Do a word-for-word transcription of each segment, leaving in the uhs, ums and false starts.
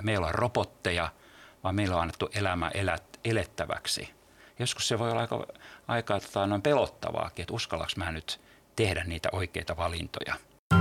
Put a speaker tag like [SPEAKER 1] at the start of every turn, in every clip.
[SPEAKER 1] me ei olla robotteja, vaan meillä on annettu elämä elät, elettäväksi. Joskus se voi olla aika, aika tota, noin pelottavaakin, että uskallanko mä nyt tehdä niitä oikeita valintoja.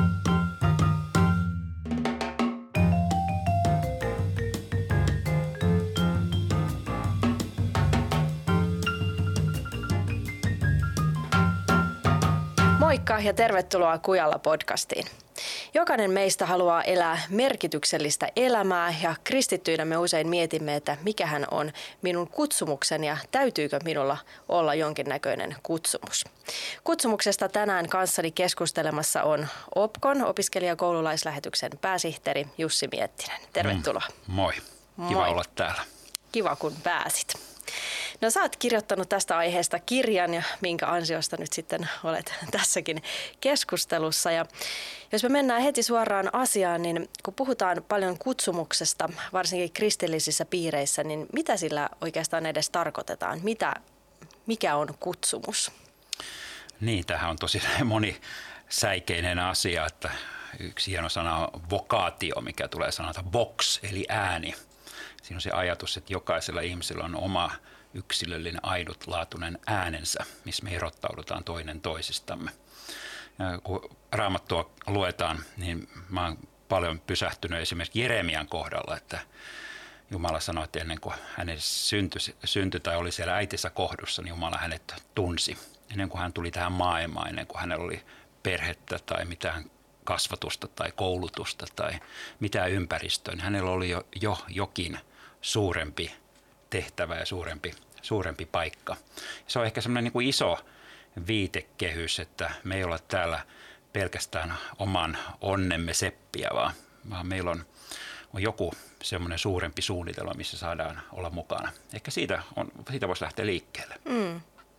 [SPEAKER 2] Moikka ja tervetuloa Kujalla podcastiin. Jokainen meistä haluaa elää merkityksellistä elämää ja kristittyinä me usein mietimme, että mikähän on minun kutsumukseni ja täytyykö minulla olla jonkinnäköinen kutsumus. Kutsumuksesta tänään kanssani keskustelemassa on OPKon opiskelijakoululaislähetyksen pääsihteeri Jussi Miettinen. Tervetuloa.
[SPEAKER 1] Mm, moi. Kiva moi. Olla täällä.
[SPEAKER 2] Kiva kun pääsit. No sä oot kirjoittanut tästä aiheesta kirjan, ja minkä ansiosta nyt sitten olet tässäkin keskustelussa. Ja jos me mennään heti suoraan asiaan, niin kun puhutaan paljon kutsumuksesta, varsinkin kristillisissä piireissä, niin mitä sillä oikeastaan edes tarkoitetaan? Mitä, mikä on kutsumus?
[SPEAKER 1] Niin, tämähän on tosi monisäikeinen asia, että yksi hieno sana on vokaatio, mikä tulee sanata vox, eli ääni. Siinä on se ajatus, että jokaisella ihmisellä on oma yksilöllinen, ainutlaatuinen äänensä, missä me erottaudutaan toinen toisistamme. Ja kun Raamattua luetaan, niin mä oon paljon pysähtynyt esimerkiksi Jeremian kohdalla, että Jumala sanoi, että ennen kuin hänen syntyi, syntyi tai oli siellä äitinsä kohdussa, niin Jumala hänet tunsi. Ennen kuin hän tuli tähän maailmaan, ennen kuin hänellä oli perhettä tai mitään kasvatusta tai koulutusta tai mitään ympäristöä, niin hänellä oli jo, jo jokin suurempi tehtävä ja suurempi, suurempi paikka. Se on ehkä semmoinen niin kuin iso viitekehys, että me ei olla täällä pelkästään oman onnemme seppiä, vaan, vaan meillä on, on joku semmoinen suurempi suunnitelma, missä saadaan olla mukana. Ehkä siitä, on, siitä voisi lähteä liikkeelle. Mm.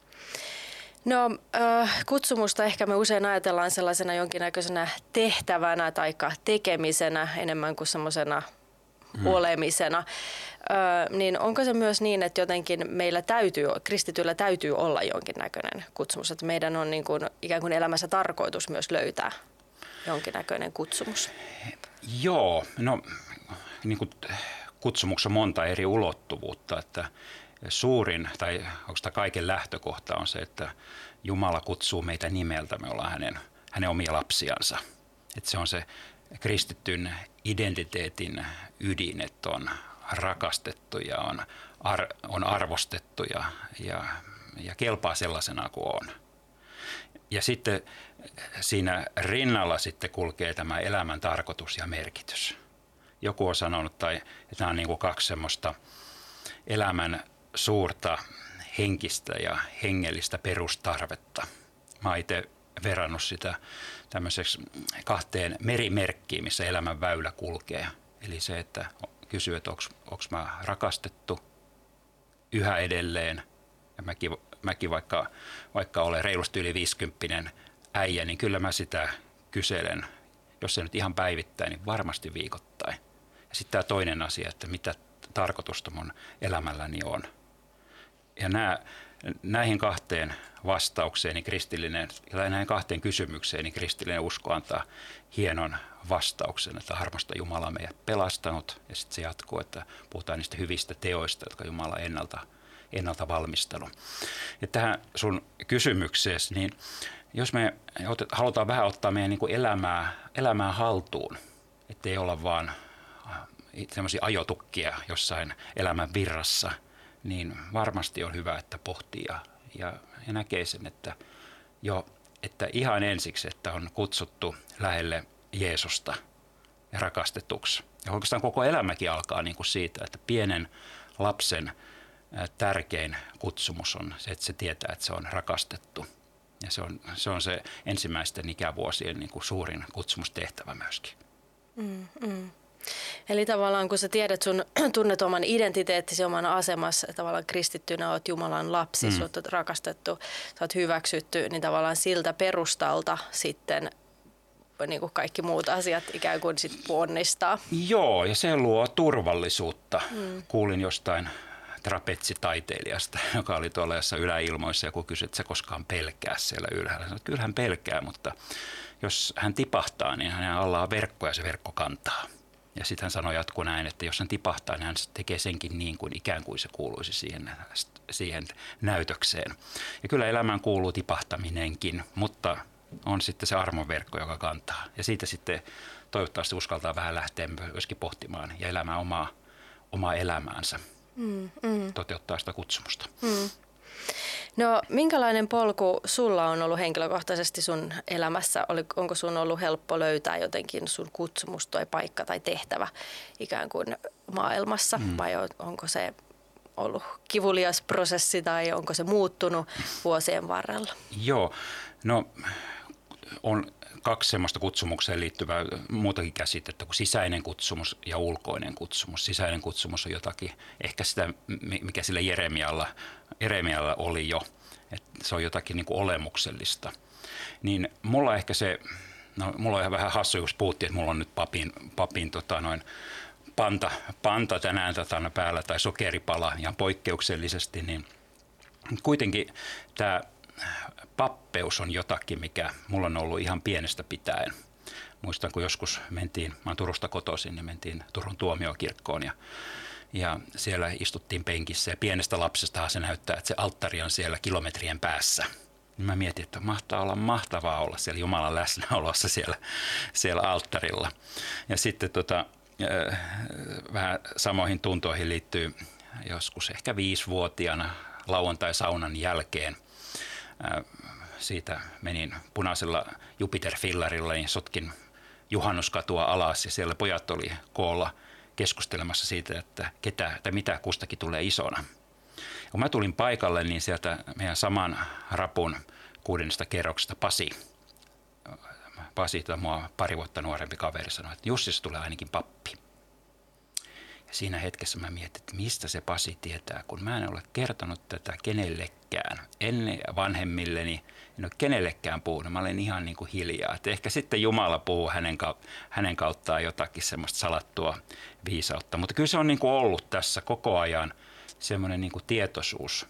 [SPEAKER 2] No äh, kutsumusta ehkä me usein ajatellaan sellaisena jonkinnäköisenä tehtävänä tai tekemisenä enemmän kuin semmoisena hmm. olemisena. Äh, niin onko se myös niin, että jotenkin meillä täytyy, kristityillä täytyy olla jonkinnäköinen kutsumus, että meidän on niin kuin, ikään kuin elämässä tarkoitus myös löytää jonkinnäköinen kutsumus?
[SPEAKER 1] Joo, no niin kuin kutsumuksessa on monta eri ulottuvuutta, että suurin tai oikeastaan kaiken lähtökohta on se, että Jumala kutsuu meitä nimeltä, me ollaan hänen, hänen omia lapsiansa. Että se on se kristityn identiteetin ydin, että on rakastettu ja on, ar, on arvostettu ja, ja, ja kelpaa sellaisena kuin on. Ja sitten siinä rinnalla sitten kulkee tämä elämän tarkoitus ja merkitys. Joku on sanonut, tai, että nämä on niin kuin kaksi semmoista elämän suurta henkistä ja hengellistä perustarvetta. Mä oon itse verrannut sitä tämmöiseksi kahteen merimerkkiin, missä elämän väylä kulkee. Eli se, että kysyy, että onko mä rakastettu yhä edelleen. Ja mäkin, mäkin vaikka, vaikka olen reilusti yli viisikymppinen äijä, niin kyllä mä sitä kyselen, jos se nyt ihan päivittäin, niin varmasti viikoittain. Ja sitten tämä toinen asia, että mitä tarkoitusta mun elämälläni on. Ja nämä, näihin kahteen vastaukseeni kristillinen, ja näihin kahteen kysymykseeni kristillinen usko antaa hienon vastauksen, että armosta Jumala on meidät pelastanut, ja sitten se jatkuu, että puhutaan niistä hyvistä teoista, jotka Jumala on ennalta, ennalta valmistanut. Ja tähän sun kysymykseesi, niin jos me halutaan vähän ottaa meidän niin kuin elämää, elämää haltuun, ettei olla vaan sellaisia ajotukkia jossain elämän virrassa, niin varmasti on hyvä, että pohtii ja, ja, ja näkee sen, että, jo, että ihan ensiksi, että on kutsuttu lähelle Jeesusta ja rakastetuksi. Ja oikeastaan koko elämäkin alkaa niin kuin siitä, että pienen lapsen tärkein kutsumus on se, että se tietää, että se on rakastettu. Ja se on se, on se ensimmäisten ikävuosien niin kuin suurin kutsumustehtävä myöskin.
[SPEAKER 2] Mm, mm. Eli tavallaan kun sä tiedät, sun tunnet oman identiteettisi, oman asemassa, tavallaan kristittynä oot Jumalan lapsi, mm. sut oot rakastettu, sä oot hyväksytty, niin tavallaan siltä perustalta sitten niin kuin kaikki muut asiat ikään kuin sit ponnistaa.
[SPEAKER 1] Joo, ja se luo turvallisuutta. Mm. Kuulin jostain trapetsitaiteilijasta, joka oli tuolla jossain yläilmoissa, ja kun kysyi, että se koskaan pelkää siellä ylhäällä. Sanoin, että kyllä hän pelkää, mutta jos hän tipahtaa, niin hänen allaan verkko ja se verkko kantaa. Ja sitten hän sanoi jatko näin, että jos hän tipahtaa, niin hän tekee senkin niin kuin ikään kuin se kuuluisi siihen, siihen näytökseen. Ja kyllä elämään kuuluu tipahtaminenkin, mutta on sitten se armonverkko, joka kantaa. Ja siitä sitten toivottavasti uskaltaa vähän lähteä myöskin pohtimaan ja elämään omaa, omaa elämäänsä, mm, mm. toteuttaa sitä kutsumusta.
[SPEAKER 2] Mm. No minkälainen polku sulla on ollut henkilökohtaisesti sun elämässä? Onko sun ollut helppo löytää jotenkin sun kutsumus tai paikka tai tehtävä ikään kuin maailmassa? Mm. Vai onko se ollut kivulias prosessi tai onko se muuttunut vuosien varrella?
[SPEAKER 1] Joo, no on kaksi semmoista kutsumukseen liittyvää muutakin käsitettä kuin sisäinen kutsumus ja ulkoinen kutsumus. Sisäinen kutsumus on jotakin, ehkä sitä, mikä sillä Jeremialla, Jeremialla oli jo, että se on jotakin niin kuin olemuksellista. Niin mulla ehkä se, no mulla on ihan vähän hassu, jos puhuttiin, että mulla on nyt papin, papin tota noin, panta, panta tänään tota, päällä tai sokeripala ihan poikkeuksellisesti, niin kuitenkin tämä pappeus on jotakin, mikä mulla on ollut ihan pienestä pitäen. Muistan, kun joskus mentiin, mä oon Turusta kotoisin, niin mentiin Turun tuomiokirkkoon ja, ja siellä istuttiin penkissä ja pienestä lapsestahan se näyttää, että se alttari on siellä kilometrien päässä. Niin mä mietin, että mahtaa olla mahtavaa olla siellä Jumalan läsnäolossa siellä, siellä alttarilla. Ja sitten tota, äh, vähän samoihin tuntoihin liittyy joskus ehkä viisivuotiaana lauantai-saunan jälkeen. Siitä menin punaisella Jupiter-fillarilla, niin sotkin Juhannuskatua alas ja siellä pojat oli koolla keskustelemassa siitä, että ketä tai mitä kustakin tulee isona. Kun mä tulin paikalle, niin sieltä meidän saman rapun kuudennesta kerroksesta Pasi, Pasi, mua pari vuotta nuorempi kaveri, sanoi, että Jussissa tulee ainakin pappi. Siinä hetkessä mä mietin, että mistä se Pasi tietää, kun mä en ole kertonut tätä kenellekään. En vanhemmilleni, en ole kenellekään puhunut. Mä olen ihan niin kuin hiljaa. Että ehkä sitten Jumala puhuu hänen, hänen kauttaan jotakin semmoista salattua viisautta. Mutta kyllä se on niin kuin ollut tässä koko ajan semmoinen niin kuin tietoisuus.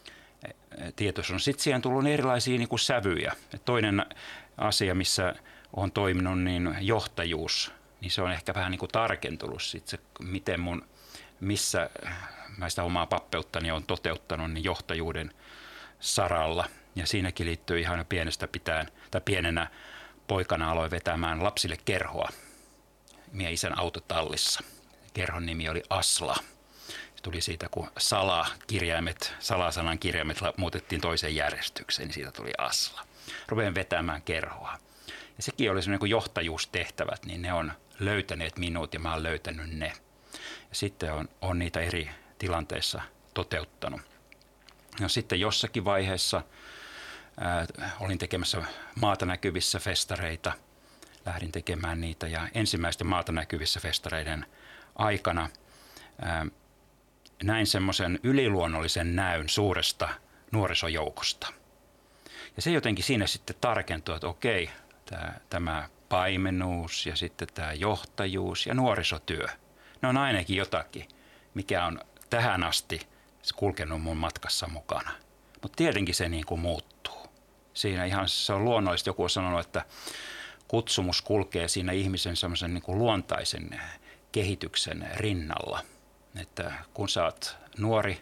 [SPEAKER 1] Tietoisuus. Sitten siihen on tullut erilaisia niin kuin sävyjä. Toinen asia, missä on toiminut, niin johtajuus. Niin se on ehkä vähän niin kuin tarkentunut sit se, miten mun, missä mä sitä omaa pappeuttani on toteuttanut niin johtajuuden saralla. Ja siinäkin liittyy ihan pienestä pitäen, tai pienenä poikana aloin vetämään lapsille kerhoa meidän isän autotallissa. Kerhon nimi oli Asla. Se tuli siitä, kun salakirjaimet, salasanan kirjaimet muutettiin toiseen järjestykseen, niin siitä tuli Asla. Rupean vetämään kerhoa. Ja sekin oli semmoinen kuin johtajuustehtävät, niin ne on löytäneet minut ja mä oon löytänyt ne. Ja sitten on, on niitä eri tilanteissa toteuttanut. No sitten jossakin vaiheessa ää, olin tekemässä maata näkyvissä festareita. Lähdin tekemään niitä ja ensimmäisten maata näkyvissä festareiden aikana ää, näin semmoisen yliluonnollisen näyn suuresta nuorisojoukosta. Ja se jotenkin siinä sitten tarkentui, että okei, Tämä, tämä paimenuus ja sitten tämä johtajuus ja nuorisotyö. Ne on ainakin jotakin, mikä on tähän asti kulkenut mun matkassa mukana. Mutta tietenkin se niin kuin muuttuu. Siinä ihan se on luonnollista. Joku on sanonut, että kutsumus kulkee siinä ihmisen semmoisen niin kuin luontaisen kehityksen rinnalla. Että kun sä oot nuori,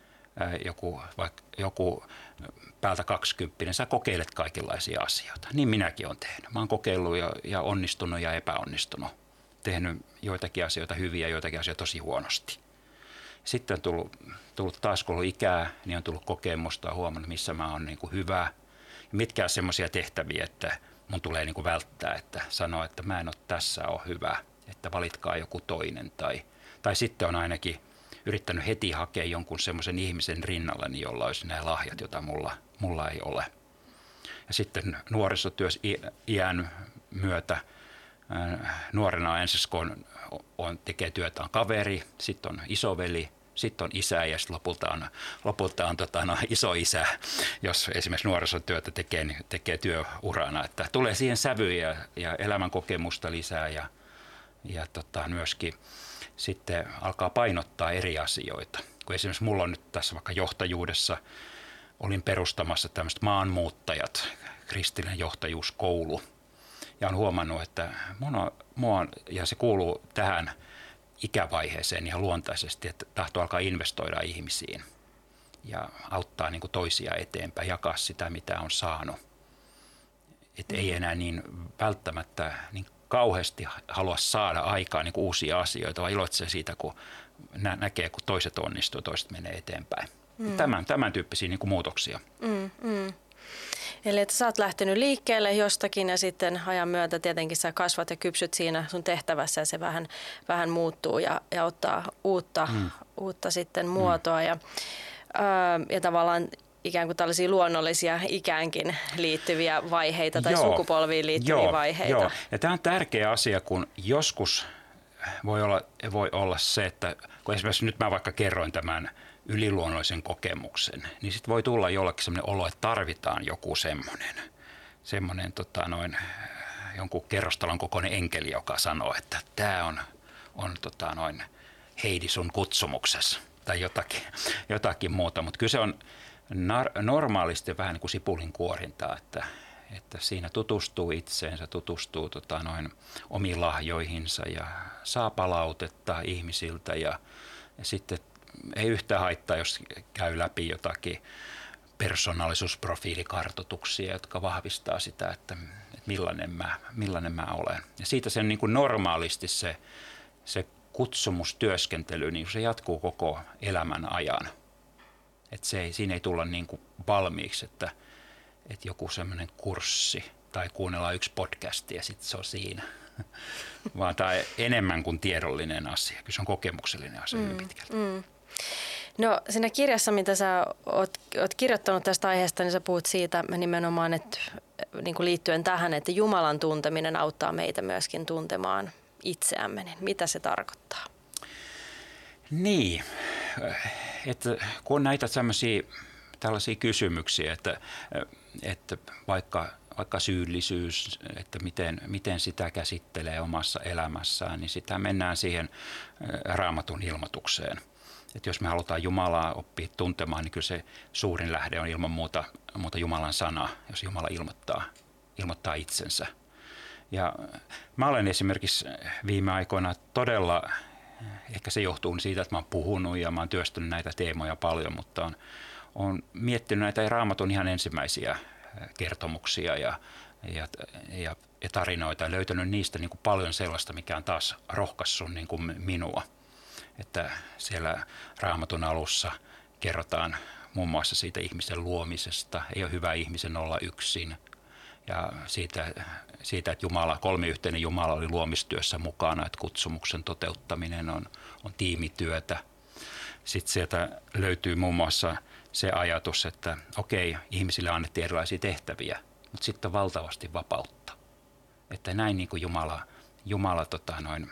[SPEAKER 1] joku, vaikka joku päältä kaksikymppinen, sä kokeilet kaikenlaisia asioita. Niin minäkin olen tehnyt. Mä oon kokeillut ja, ja onnistunut ja epäonnistunut. Tehnyt joitakin asioita hyviä ja joitakin asioita tosi huonosti. Sitten on tullut, tullut taas kun ollut ikää, niin on tullut kokemusta ja huomannut, missä mä oon niin kuin hyvä. Mitkä on semmoisia tehtäviä, että mun tulee niin kuin välttää, että sanoo, että mä en ole tässä ole hyvä, että valitkaa joku toinen. Tai, tai sitten on ainakin yrittänyt heti hakea jonkun semmoisen ihmisen rinnallani, jolla olisi nämä lahjat, joita mulla, mulla ei ole. Ja sitten nuorisotyössä iän myötä nuorena ensin kun on, on, tekee työtä on kaveri, sitten on isoveli, sitten on isä ja sitten lopulta on, lopulta on tota, no, isoisä, jos esimerkiksi nuorisotyötä tekee, niin tekee työurana. Että tulee siihen sävyjä ja elämän kokemusta lisää ja, ja tota, myöskin sitten alkaa painottaa eri asioita. Kun esimerkiksi mulla on nyt tässä vaikka johtajuudessa, olin perustamassa tämmöistä maanmuuttajat, kristillinen johtajuuskoulu. ja on huomannut, että mua, mua, ja se kuuluu tähän ikävaiheeseen ihan luontaisesti, että tahtoo alkaa investoida ihmisiin ja auttaa niin kuin toisia eteenpäin, jakaa sitä, mitä on saanut. Että ei enää niin välttämättä niin kauheasti halua saada aikaan niin kuin uusia asioita, vaan iloitsee siitä, kun nä- näkee, kun toiset onnistuu, toiset menee eteenpäin. Mm. Tämän, tämän tyyppisiä niin kuin muutoksia.
[SPEAKER 2] Mm, mm. Eli että sä oot lähtenyt liikkeelle jostakin ja sitten ajan myötä tietenkin sä kasvat ja kypsyt siinä sun tehtävässä ja se vähän, vähän muuttuu ja, ja ottaa uutta, mm. uutta sitten muotoa. Mm. Ja, ää, ja tavallaan ikään kuin tällaisia luonnollisia ikäänkin liittyviä vaiheita tai joo, sukupolviin liittyviä joo, vaiheita. Joo.
[SPEAKER 1] Ja tämä on tärkeä asia, kun joskus voi olla, voi olla se, että kun esimerkiksi nyt mä vaikka kerroin tämän yliluonnollisen kokemuksen, niin sitten voi tulla jollakin sellainen olo, että tarvitaan joku semmoinen, semmoinen tota noin, jonkun kerrostalon kokoinen enkeli, joka sanoo, että tämä on, on tota noin, Heidi sun kutsumuksessa tai jotakin, jotakin muuta. Mutta kyllä se on nar- normaalisti vähän niin kuin sipulin kuorintaa, että, että siinä tutustuu itseensä, tutustuu tota noin, omiin lahjoihinsa ja saa palautetta ihmisiltä ja, ja sitten ei yhtään haittaa, jos käy läpi jotakin persoonallisuusprofiilikartoituksia, jotka vahvistaa sitä, että, että millainen, mä, millainen mä olen. Ja siitä se niin kuin normaalisti se, se kutsumustyöskentely, niin se jatkuu koko elämän ajan. Että se ei, siinä ei tulla niin kuin valmiiksi, että, että joku semmoinen kurssi tai kuunnellaan yksi podcasti ja sitten se on siinä. Vaan tämä on enemmän kuin tiedollinen asia. Kyllä se on kokemuksellinen asia hyvin pitkälti. Mm.
[SPEAKER 2] No siinä kirjassa, mitä sä oot, oot kirjoittanut tästä aiheesta, niin sä puhut siitä nimenomaan, että niin kuin liittyen tähän, että Jumalan tunteminen auttaa meitä myöskin tuntemaan itseämme. Niin mitä se tarkoittaa?
[SPEAKER 1] Niin, että kun on näitä sellaisia, tällaisia kysymyksiä, että, että vaikka, vaikka syyllisyys, että miten, miten sitä käsittelee omassa elämässään, niin sitä mennään siihen Raamatun ilmoitukseen. Että jos me halutaan Jumalaa oppia tuntemaan, niin kyllä se suurin lähde on ilman muuta, muuta Jumalan sana, jos Jumala ilmoittaa, ilmoittaa itsensä. Ja mä olen esimerkiksi viime aikoina todella, ehkä se johtuu siitä, että mä oon puhunut ja mä oon työstänyt näitä teemoja paljon, mutta on, on miettinyt näitä Raamatun ihan ensimmäisiä kertomuksia ja, ja, ja, ja tarinoita ja löytänyt niistä niin kuin paljon sellaista, mikä on taas rohkaissut niin kuin minua. Että siellä Raamatun alussa kerrotaan muun muassa siitä ihmisen luomisesta. Ei ole hyvä ihmisen olla yksin. Ja siitä, siitä että Jumala, kolmiyhteinen Jumala oli luomistyössä mukana, että kutsumuksen toteuttaminen on, on tiimityötä. Sitten sieltä löytyy muun muassa se ajatus, että okei, ihmisille annettiin erilaisia tehtäviä, mutta sitten valtavasti vapautta. Että näin niin kuin Jumala, Jumala tota noin,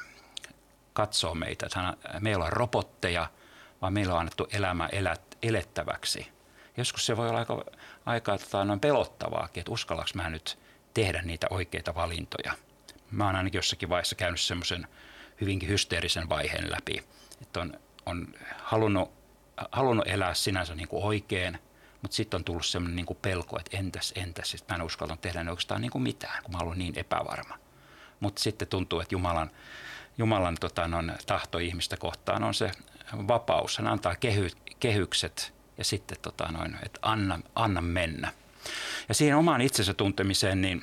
[SPEAKER 1] katsoo meitä. Meillä on robotteja, vaan meillä on annettu elämä elät, elettäväksi. Joskus se voi olla aika, aika tota, noin pelottavaakin, että uskallaks mä nyt tehdä niitä oikeita valintoja. Mä oon ainakin jossakin vaiheessa käynyt semmoisen hyvinkin hysteerisen vaiheen läpi, että on, on halunnut, halunnut elää sinänsä niin kuin oikein, mutta sitten on tullut semmoinen niin kuin pelko, että entäs, entäs, että mä en uskaltanut tehdä oikeastaan niin kuin mitään, kun mä olen niin epävarma. Mutta sitten tuntuu, että Jumalan Jumalan tota, non, tahto ihmistä kohtaan on se vapaus. Hän antaa kehy, kehykset ja sitten tota, noin, että anna, anna mennä. Ja siihen omaan itsensä tuntemiseen, niin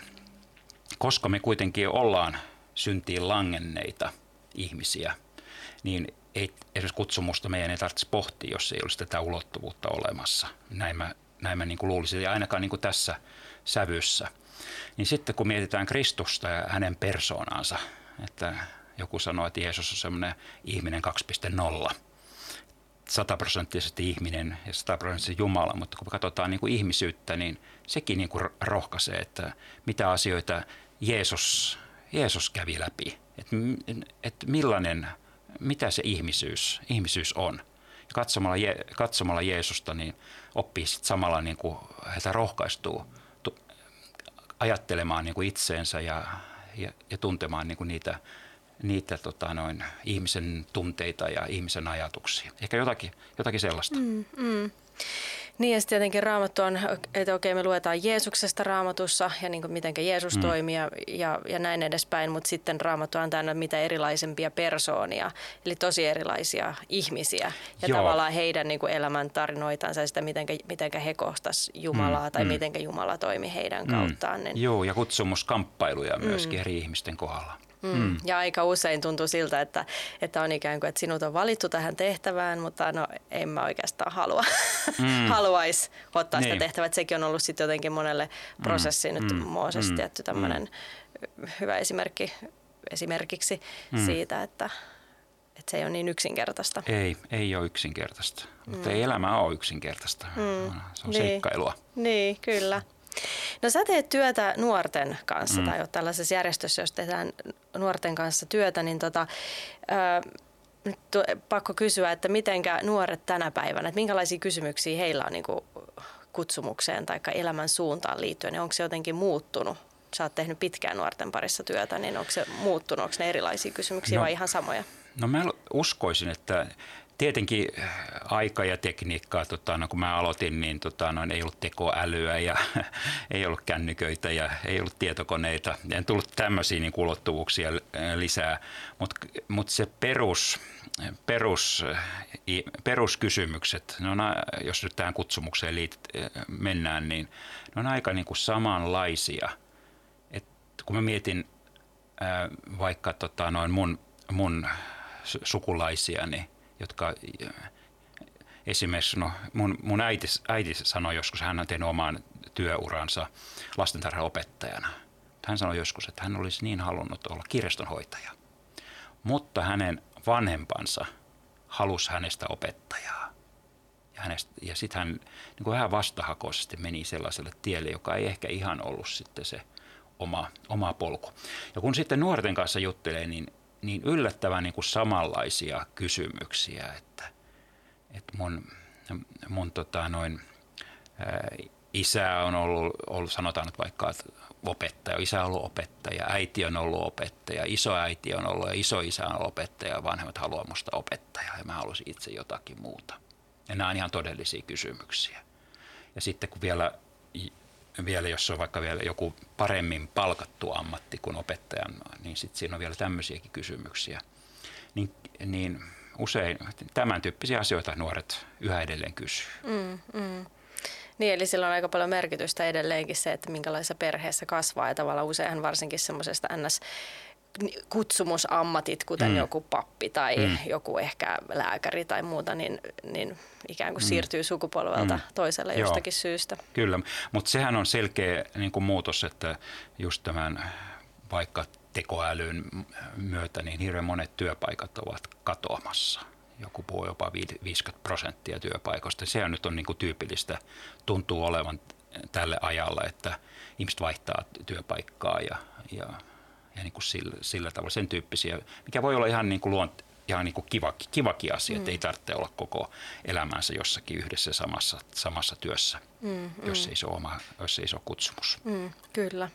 [SPEAKER 1] koska me kuitenkin ollaan syntiin langenneita ihmisiä, niin ei, esimerkiksi kutsumusta meidän ei tarvitse pohtia, jos ei olisi tätä ulottuvuutta olemassa. Näin mä, näin mä niin kuin luulisin, ja ainakaan niin kuin tässä sävyssä. Niin sitten kun mietitään Kristusta ja hänen persoonansa, että joku sanoo, että Jeesus on semmoinen ihminen kaksi piste nolla. Sataprosenttisesti ihminen ja sataprosenttisesti Jumala, mutta kun katsotaan niin kuin ihmisyyttä, niin sekin niin kuin rohkaisee, että mitä asioita Jeesus, Jeesus kävi läpi. Että et millainen, mitä se ihmisyys, ihmisyys on. Ja katsomalla, Je, katsomalla Jeesusta niin oppii sit samalla, niin kuin heitä rohkaistuu tu, ajattelemaan niin kuin itseensä ja, ja, ja tuntemaan niin kuin niitä niitä tota, noin, ihmisen tunteita ja ihmisen ajatuksia. Ehkä jotakin, jotakin sellaista. Mm, mm.
[SPEAKER 2] Niin ja sitten jotenkin Raamattu on, että okei me luetaan Jeesuksesta Raamatussa ja niin kuin miten Jeesus mm. toimii ja, ja, ja näin edespäin, mutta sitten Raamattu on täynnä mitä erilaisempia persoonia, eli tosi erilaisia ihmisiä ja Joo. tavallaan heidän niin kuin elämäntarinoitansa ja sitä, miten, miten he kohtasivat Jumalaa mm. tai mm. miten Jumala toimi heidän kauttaan. Niin.
[SPEAKER 1] Joo, ja kutsumuskamppailuja myöskin mm. eri ihmisten kohdalla.
[SPEAKER 2] Mm. Mm. Ja aika usein tuntuu siltä, että, että on ikään kuin, että sinut on valittu tähän tehtävään, mutta no en mä oikeastaan halua, mm. haluaisi ottaa niin. sitä tehtävää. Että sekin on ollut sitten jotenkin monelle prosessi. Mm. Nyt mm. Mooses mm. tietty tämmöinen mm. hyvä esimerkki esimerkiksi mm. siitä, että, että se ei ole niin yksinkertaista.
[SPEAKER 1] Ei, ei ole yksinkertaista, mm. mutta ei elämä ole yksinkertaista. Mm. Se on niin. seikkailua.
[SPEAKER 2] Niin, kyllä. No sä teet työtä nuorten kanssa mm. tai oot tällaisessa järjestössä, jos tehdään nuorten kanssa työtä, niin tota, ää, nyt pakko kysyä, että mitenkä nuoret tänä päivänä, että minkälaisia kysymyksiä heillä on niin kuin kutsumukseen tai elämän suuntaan liittyen, niin onko se jotenkin muuttunut? Sä oot tehnyt pitkään nuorten parissa työtä, niin onko se muuttunut, onko ne erilaisia kysymyksiä no, vai ihan samoja?
[SPEAKER 1] No mä uskoisin, että tietenkin aika ja tekniikkaa, tota, no, kun mä aloitin, niin tota, no, ei ollut tekoälyä ja ei ollut kännyköitä ja ei ollut tietokoneita. En tullut tämmöisiä niin ulottuvuuksia lisää, mutta mut se perus, perus, peruskysymykset, ne on, jos nyt tähän kutsumukseen liit, mennään, niin ne on aika niin kuin samanlaisia. Et kun mä mietin ää, vaikka tota, noin mun, mun sukulaisiani, jotka esimerkiksi, no mun, mun äiti, äiti sanoi joskus, hän on tehnyt oman työuransa lastentarhaopettajana. Hän sanoi joskus, että hän olisi niin halunnut olla kirjastonhoitaja, mutta hänen vanhempansa halusi hänestä opettajaa. Ja, hänestä, ja sitten hän niin kuin vähän vastahakoisesti meni sellaiselle tielle, joka ei ehkä ihan ollut sitten se oma, oma polku. Ja kun sitten nuorten kanssa juttelee, niin niin yllättävän niin kuin samanlaisia kysymyksiä, että, että mun, mun tota, noin, ää, isä on ollut, ollut, sanotaan nyt vaikka, että opettaja, isä on ollut opettaja, äiti on ollut opettaja, isoäiti on ollut ja isoisä on ollut opettaja ja vanhemmat haluaa musta opettajaa ja mä haluaisin itse jotakin muuta. Ja nämä on ihan todellisia kysymyksiä. Ja sitten kun vielä vielä jos on vaikka vielä joku paremmin palkattu ammatti kuin opettajan, niin sitten siinä on vielä tämmöisiäkin kysymyksiä. Niin, niin usein tämän tyyppisiä asioita nuoret yhä edelleen kysyy. Mm, mm.
[SPEAKER 2] Niin, eli sillä on aika paljon merkitystä edelleenkin se, että minkälaisessa perheessä kasvaa ja tavallaan useinhan varsinkin semmoisesta ns. Kutsumusammatit, kuten mm. joku pappi tai mm. joku ehkä lääkäri tai muuta, niin, niin ikään kuin mm. siirtyy sukupolvelta mm. toiselle Joo. jostakin syystä.
[SPEAKER 1] Kyllä, mutta sehän on selkeä niin kuin muutos, että just tämän vaikka tekoälyn myötä niin hirveän monet työpaikat ovat katoamassa. Joku puhuu jopa viisikymmentä prosenttia työpaikoista. Se on nyt on niin kuin tyypillistä, tuntuu olevan tälle ajalla, että ihmiset vaihtaa työpaikkaa ja, ja Ja niin kuin sillä, sillä tavalla sen tyyppisiä, mikä voi olla ihan, niin kuin luont, ihan niin kuin kiva, kivakin asia, mm. että ei tarvitse olla koko elämänsä jossakin yhdessä samassa, samassa työssä, mm, jos, mm. ei se ole oma, jos ei se ole kutsumus.
[SPEAKER 2] Mm, kyllä.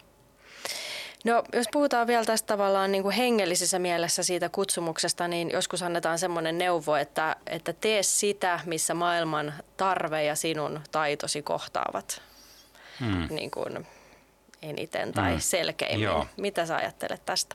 [SPEAKER 2] No jos puhutaan vielä tästä tavallaan niin kuin hengellisessä mielessä siitä kutsumuksesta, niin joskus annetaan semmoinen neuvo, että, että tee sitä, missä maailman tarve ja sinun taitosi kohtaavat. Mm. Niin kuin eniten tai mm. selkeimmin. Joo. Mitä sä ajattelet tästä?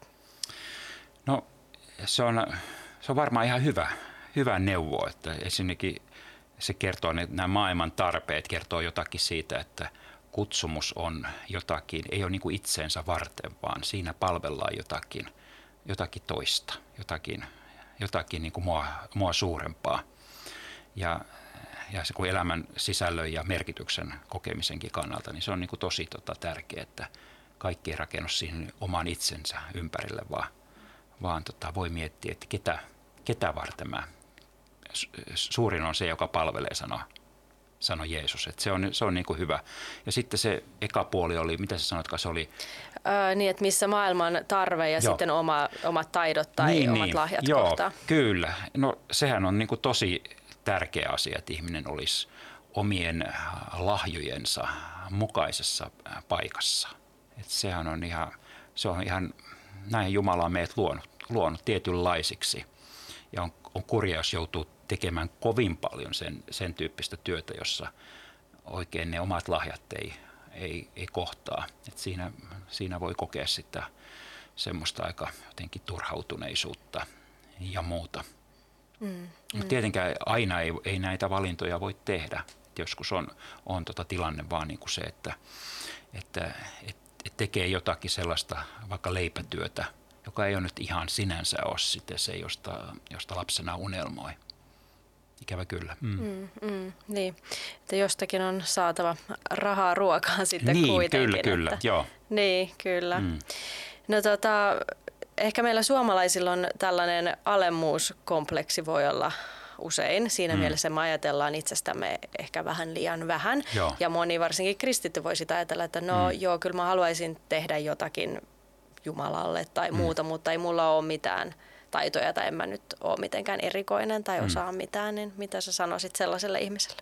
[SPEAKER 1] No se on, se on varmaan ihan hyvä, hyvä neuvo, että ensinnäkin se kertoo, että nämä maailman tarpeet kertoo jotakin siitä, että kutsumus on jotakin, ei ole niin kuin itseensä varten, vaan siinä palvellaan jotakin, jotakin toista, jotakin, jotakin niin kuin mua, mua suurempaa. Ja Ja se kun elämän sisällön ja merkityksen kokemisenkin kannalta, niin se on niin kuin tosi tota, tärkeää, että kaikki ei rakennu siihen oman itsensä ympärille, vaan, vaan tota, voi miettiä, että ketä, ketä varten mä. Suurin on se, joka palvelee, sanoo, sanoi Jeesus. Että se on, se on niin kuin hyvä. Ja sitten se eka puoli oli, mitä sä sanoitkaan, se oli?
[SPEAKER 2] Öö, niin, että missä maailman tarve ja Joo. sitten oma, omat taidot tai
[SPEAKER 1] niin,
[SPEAKER 2] omat
[SPEAKER 1] niin.
[SPEAKER 2] lahjat
[SPEAKER 1] Joo,
[SPEAKER 2] kohtaa.
[SPEAKER 1] Kyllä. No sehän on niin kuin tosi tärkeä asia, että ihminen olisi omien lahjojensa mukaisessa paikassa. Et sehän on ihan, se on ihan, näin Jumala on meidät luonut, luonut tietynlaisiksi. Ja on, on kurja, jos joutuu tekemään kovin paljon sen, sen tyyppistä työtä, jossa, oikein ne omat lahjat ei, ei, ei kohtaa. Et siinä, siinä voi kokea sitä semmoista aika jotenkin turhautuneisuutta ja muuta. Mm, mm. Mutta tietenkään aina ei, ei näitä valintoja voi tehdä. Et joskus on, on tota tilanne vaan niin kuin se, että, että et, et tekee jotakin sellaista vaikka leipätyötä, joka ei ole nyt ihan sinänsä ole sitten se, josta, josta lapsena unelmoi. Ikävä kyllä. Mm.
[SPEAKER 2] Mm, mm, niin, että jostakin on saatava rahaa ruokaan sitten
[SPEAKER 1] niin,
[SPEAKER 2] kuitenkin.
[SPEAKER 1] Kyllä, kyllä,
[SPEAKER 2] että,
[SPEAKER 1] joo.
[SPEAKER 2] Niin, kyllä.
[SPEAKER 1] Mm.
[SPEAKER 2] No tota, ehkä meillä suomalaisilla on tällainen alemmuuskompleksi voi olla usein. Siinä mm. mielessä me ajatellaan itsestämme ehkä vähän liian vähän.
[SPEAKER 1] Joo.
[SPEAKER 2] Ja moni varsinkin kristitty voi sitä ajatella, että no mm. joo, kyllä mä haluaisin tehdä jotakin Jumalalle tai mm. muuta, mutta ei mulla ole mitään taitoja tai en mä nyt ole mitenkään erikoinen tai osaa mm. mitään, niin mitä sä sanoisit sellaiselle ihmiselle?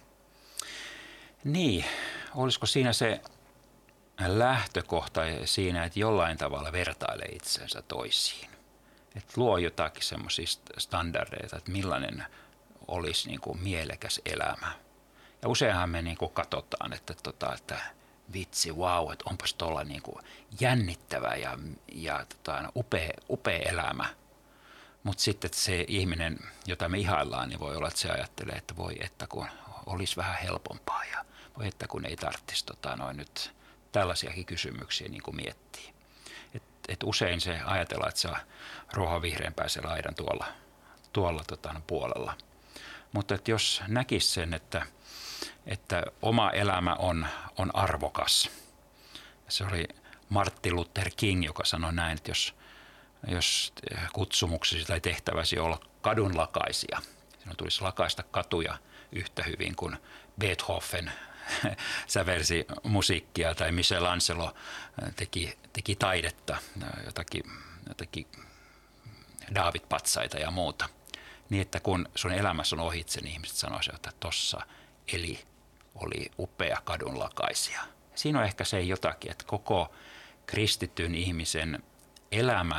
[SPEAKER 1] Niin, olisiko siinä se lähtökohta siinä, että jollain tavalla vertailee itsensä toisiin. Että luo jotakin semmoisia standardeita, että millainen olisi niin kuin mielekäs elämä. Ja useinhan me niin kuin katsotaan, että, tota, että vitsi, wow, että onpas tuolla niin kuin jännittävä ja, ja tota, upea, upea elämä. Mutta sitten se ihminen, jota me ihaillaan, niin voi olla, että se ajattelee, että voi, että kun olisi vähän helpompaa ja voi, että kun ei tarvitsisi tota, noin nyt tällaisiakin kysymyksiä niin kuin miettiä. Et, et usein se ajatellaan, että se on ruohonvihreämpää se laidan tuolla, tuolla tota, puolella. Mutta et jos näkisi sen, että, että oma elämä on, on arvokas. Se oli Martin Luther King, joka sanoi näin, että jos jos kutsumuksesi tai tehtäväsi olla kadunlakaisia. Sinun tulisi lakaista katuja yhtä hyvin kuin Beethoven sävelsi musiikkia tai Michelangelo teki, teki taidetta, jotakin, jotakin David-patsaita ja muuta. Niin, että kun sun elämässä on ohitse, niin ihmiset sanoisivat, että tossa eli oli upea kadunlakaisia. Siinä on ehkä se jotakin, että koko kristityn ihmisen elämä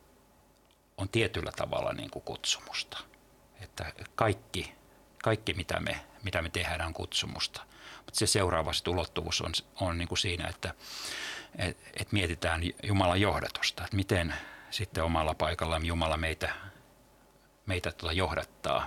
[SPEAKER 1] on tietyllä tavalla niin kuin kutsumusta. Että kaikki, kaikki mitä, me, mitä me tehdään, on kutsumusta. Mutta se seuraava ulottuvuus on, on niin kuin siinä, että et, et mietitään Jumalan johdatusta. Että miten sitten omalla paikallaan Jumala meitä, meitä tuota johdattaa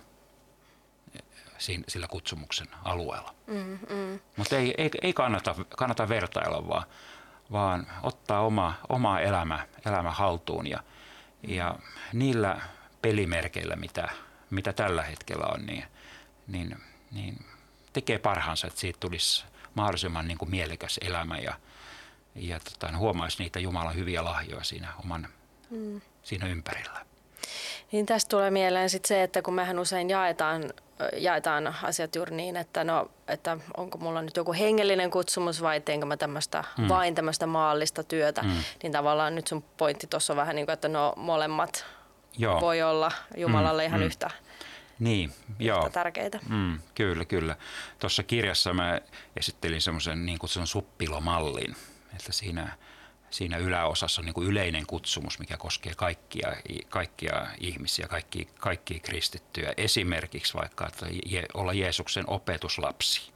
[SPEAKER 1] siinä, sillä kutsumuksen alueella. Mm, mm. Mutta ei, ei, ei kannata, kannata vertailla, vaan, vaan ottaa oma, oma elämä, elämä haltuun ja Ja niillä pelimerkeillä, mitä, mitä tällä hetkellä on, niin, niin, niin tekee parhaansa, että siitä tulisi mahdollisimman niin kuin mielekäs elämä ja, ja tota, huomaisi niitä Jumalan hyviä lahjoja siinä oman mm. siinä ympärillä.
[SPEAKER 2] Niin tästä tulee mieleen sit se, että kun mehän usein jaetaan, jaetaan asiat juuri niin, että, no, että onko mulla nyt joku hengellinen kutsumus vai teenkö mä tämmöistä, mm. vain tämmöistä maallista työtä, mm. niin tavallaan nyt sun pointti tuossa on vähän niin kuin, että no molemmat Joo. voi olla Jumalalle mm. ihan mm. yhtä, niin, yhtä joo. tärkeitä.
[SPEAKER 1] Mm, kyllä, kyllä. Tuossa kirjassa mä esittelin semmoisen niin kutsun suppilomallin, että siinä Siinä yläosassa on niin kuin yleinen kutsumus, mikä koskee kaikkia, kaikkia ihmisiä, kaikkia, kaikkia kristittyjä. Esimerkiksi vaikka, että olla Jeesuksen opetuslapsi.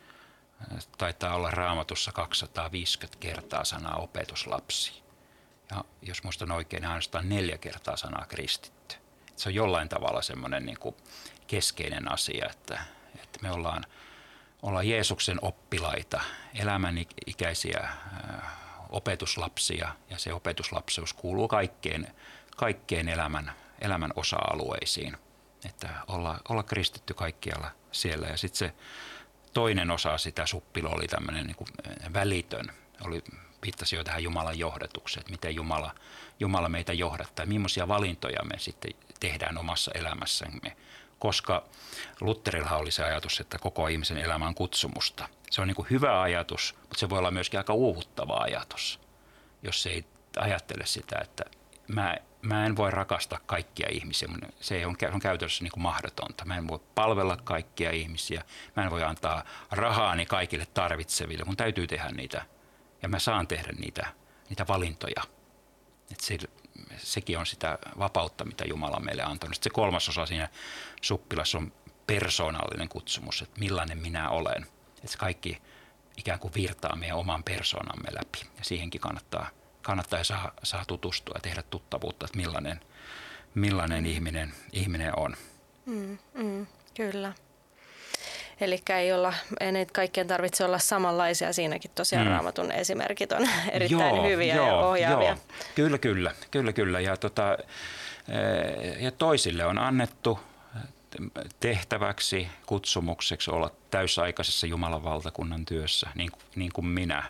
[SPEAKER 1] Taitaa olla Raamatussa kaksisataaviisikymmentä kertaa sanaa opetuslapsi. Ja jos muistan oikein, niin ainoastaan neljä kertaa sanaa kristitty. Se on jollain tavalla semmoinen niin kuin keskeinen asia, että, että me ollaan, ollaan Jeesuksen oppilaita, elämänikäisiä opetuslapsia, ja se opetuslapseus kuuluu kaikkeen, kaikkeen elämän, elämän osa-alueisiin. Että olla, olla kristitty kaikkialla siellä. Ja sitten se toinen osa sitä suppilo oli tämmöinen niin kuin välitön. Oli, viittasi jo tähän Jumalan johdatukseen, että miten Jumala, Jumala meitä johdattaa, millaisia valintoja me sitten tehdään omassa elämässämme. Koska Lutherilla oli se ajatus, että koko ihmisen elämä on kutsumusta. Se on niin kuin hyvä ajatus, mutta se voi olla myöskin aika uuvuttava ajatus, jos se ei ajattele sitä, että mä, mä en voi rakastaa kaikkia ihmisiä. Se on, on käytännössä niin kuin mahdotonta. Mä en voi palvella kaikkia ihmisiä. Mä en voi antaa rahaani kaikille tarvitseville. Mun täytyy tehdä niitä, ja mä saan tehdä niitä, niitä valintoja. Et se, sekin on sitä vapautta, mitä Jumala on meille antanut. Sitten se kolmas osa siinä suppilassa on persoonallinen kutsumus, että millainen minä olen. että se kaikki ikään kuin virtaa meidän oman persoonamme läpi. Ja siihenkin kannattaa, kannattaa ja saa, saa tutustua ja tehdä tuttavuutta, että millainen, millainen ihminen, ihminen on.
[SPEAKER 2] Mm, mm, kyllä. Eli ei, olla, ei niitä kaikkien tarvitse olla samanlaisia. Siinäkin tosiaan mm. Raamatun esimerkit on erittäin joo, hyviä joo, ja ohjaavia. Joo.
[SPEAKER 1] Kyllä, kyllä. kyllä, kyllä. Ja, tota, ja toisille on annettu tehtäväksi, kutsumukseksi olla täysaikaisessa Jumalan valtakunnan työssä, niin, niin kuin minä.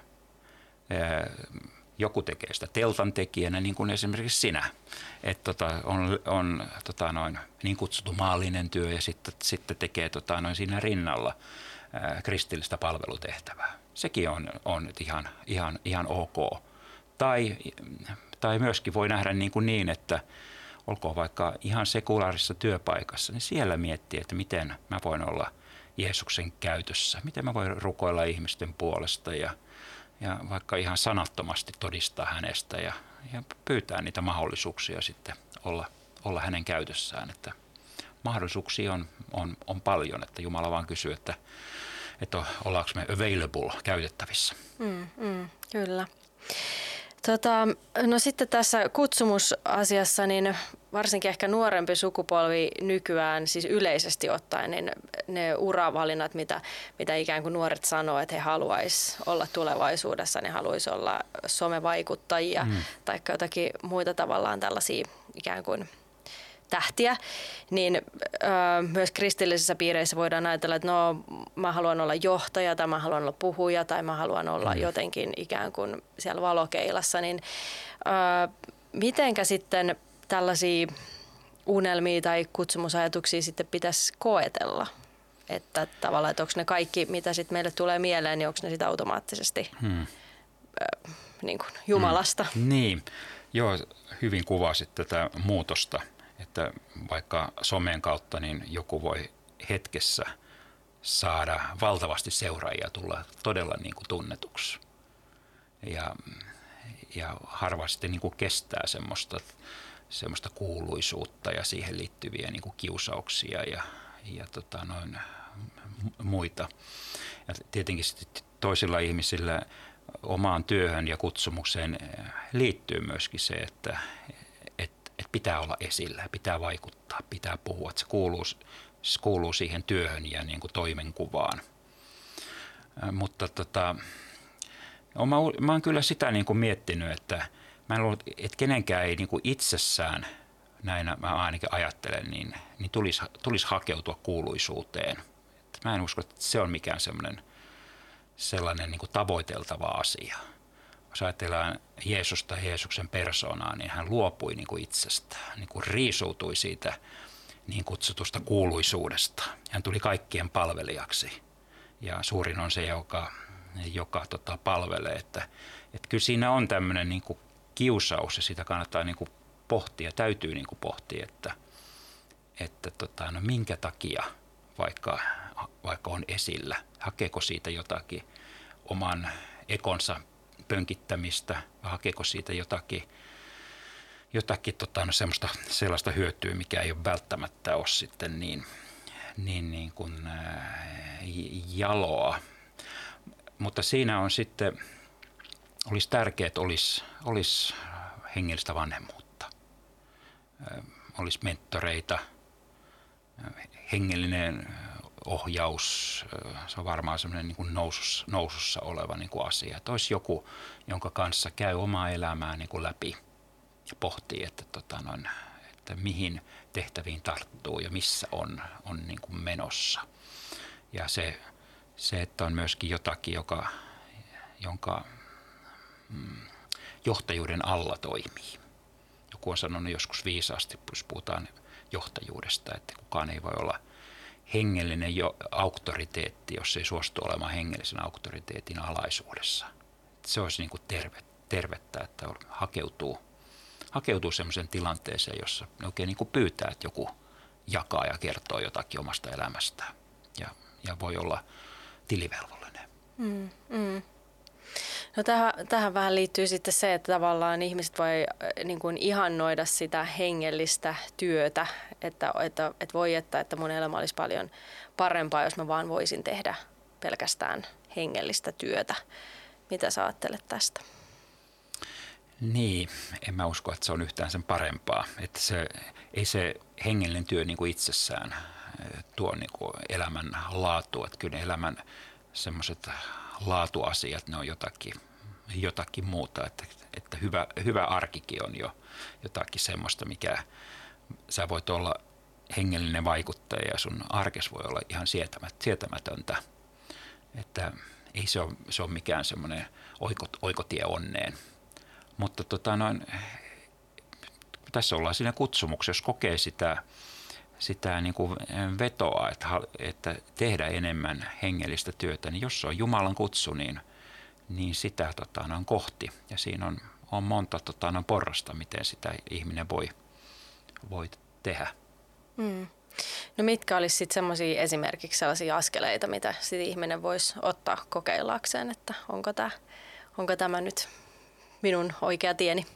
[SPEAKER 1] Joku tekee sitä teltan tekijänä, niin kuin esimerkiksi sinä. Et tota, on on tota noin, niin kutsuttu maallinen työ ja sitten, sitten tekee tota noin, siinä rinnalla ää, kristillistä palvelutehtävää. Sekin on, on ihan, ihan, ihan ok. Tai, tai myöskin voi nähdä niin, kuin niin, että olkoon vaikka ihan sekulaarissa työpaikassa, niin siellä miettii, että miten mä voin olla Jeesuksen käytössä, miten mä voin rukoilla ihmisten puolesta ja Ja vaikka ihan sanattomasti todistaa hänestä ja, ja pyytää niitä mahdollisuuksia sitten olla, olla hänen käytössään. Että mahdollisuuksia on, on, on paljon, että Jumala vaan kysyy, että, että ollaanko me available, käytettävissä.
[SPEAKER 2] Mm, mm, kyllä. Tota, no sitten tässä kutsumusasiassa, niin varsinkin ehkä nuorempi sukupolvi nykyään, siis yleisesti ottaen, niin ne uravalinnat, mitä, mitä ikään kuin nuoret sanoo, että he haluaisi olla tulevaisuudessa, ne haluaisi olla somevaikuttajia mm. tai jotakin muita tavallaan tällaisia ikään kuin tähtiä, niin ö, myös kristillisissä piireissä voidaan ajatella, että no mä haluan olla johtaja tai mä haluan olla puhuja tai mä haluan olla mm. jotenkin ikään kuin siellä valokeilassa, niin ö, mitenkä sitten tällaisia unelmia tai kutsumusajatuksia sitten pitäisi koetella? Että tavallaan, että onko ne kaikki, mitä sitten meille tulee mieleen, niin onko ne sitten automaattisesti hmm. ö, niin kuin Jumalasta?
[SPEAKER 1] Hmm. Niin, joo, hyvin kuvasit tätä muutosta. Että vaikka somen kautta niin joku voi hetkessä saada valtavasti seuraajia, tulla todella niin kuin tunnetuksi. Ja, ja harva sitten niin kuin kestää semmoista, semmoista kuuluisuutta ja siihen liittyviä niin kuin kiusauksia ja, ja tota noin, muita. Ja tietenkin sitten toisilla ihmisillä omaan työhön ja kutsumukseen liittyy myöskin se, että että pitää olla esillä, pitää vaikuttaa, pitää puhua, että se kuuluu, se kuuluu siihen työhön ja niin kuin toimenkuvaan. Mutta tota, mä, mä oon kyllä sitä niin kuin miettinyt, että mä en luulen, että kenenkään ei niin kuin itsessään, näin mä ainakin ajattelen, niin, niin tulisi, tulisi hakeutua kuuluisuuteen. Et mä en usko, että se on mikään sellainen, sellainen niin kuin tavoiteltava asia. Jos ajatellaan Jeesusta, Jeesuksen persoonaa, niin hän luopui niin kuin itsestään, niin kuin riisuutui siitä niin kutsutusta kuuluisuudesta. Hän tuli kaikkien palvelijaksi ja suurin on se, joka, joka tota, palvelee. Että, että kyllä siinä on tämmöinen niin kuin kiusaus ja sitä kannattaa niin kuin pohtia, täytyy niin kuin pohtia, että, että tota, no minkä takia vaikka, vaikka on esillä, hakeeko siitä jotakin oman ekonsa pönkittämistä, vai hakeeko siitä jotakin, jotakin tota, no semmoista, sellaista hyötyä, mikä ei ole välttämättä ole sitten niin, niin, niin kuin, ää, jaloa. Mutta siinä on sitten, olisi tärkeää, että olisi, olisi hengellistä vanhemmuutta, ää, olisi mentoreita, hengellinen ohjaus, se on varmaan semmoinen niin kuin nousussa, nousussa oleva niin kuin asia. Että olisi joku, jonka kanssa käy omaa elämää niin kuin läpi ja pohtii, että, tota noin, että mihin tehtäviin tarttuu ja missä on, on niin kuin menossa. Ja se, se, että on myöskin jotakin, joka, jonka mm, johtajuuden alla toimii. Joku on sanonut joskus viisaasti, jos puhutaan johtajuudesta, että kukaan ei voi olla hengellinen jo auktoriteetti, jos ei suostu olemaan hengellisen auktoriteetin alaisuudessa. Se olisi niin kuin terve, tervettä, että hakeutuu, hakeutuu sellaiseen tilanteeseen, jossa oikein niin kuin pyytää, että joku jakaa ja kertoo jotakin omasta elämästään ja, ja voi olla tilivelvollinen.
[SPEAKER 2] Mm, mm. No tähän, tähän vähän liittyy sitten se, että tavallaan ihmiset voi niin kuin ihannoida sitä hengellistä työtä, että, että, että voi että, että mun elämä olisi paljon parempaa, jos mä vaan voisin tehdä pelkästään hengellistä työtä. Mitä sä ajattelet tästä?
[SPEAKER 1] Niin, en mä usko, että se on yhtään sen parempaa. Että se, ei se hengellinen työ niin kuin itsessään tuo niin kuin elämän laatua. Että kyllä ne elämän semmoiset laatuasiat, ne on jotakin, jotakin muuta. Että, että hyvä, hyvä arkikin on jo jotakin semmoista, mikä sä voit olla hengellinen vaikuttaja ja sun arkes voi olla ihan sietämätöntä. Että ei se ole, se ole mikään semmoinen oikot, oikotie onneen. Mutta tota noin, tässä ollaan siinä kutsumuksessa, jos kokee sitä, sitä niin kuin vetoa, että, että tehdä enemmän hengellistä työtä, niin jos se on Jumalan kutsu, niin, niin sitä tota noin kohti. Ja siinä on, on monta tota noin porrasta, miten sitä ihminen voi, voi tehdä.
[SPEAKER 2] Mm. No mitkä olisi sitten semmoisia esimerkiksi sellaisia askeleita, mitä sit ihminen voisi ottaa kokeillakseen, että onko tämä, onko tämä nyt minun oikea tieni?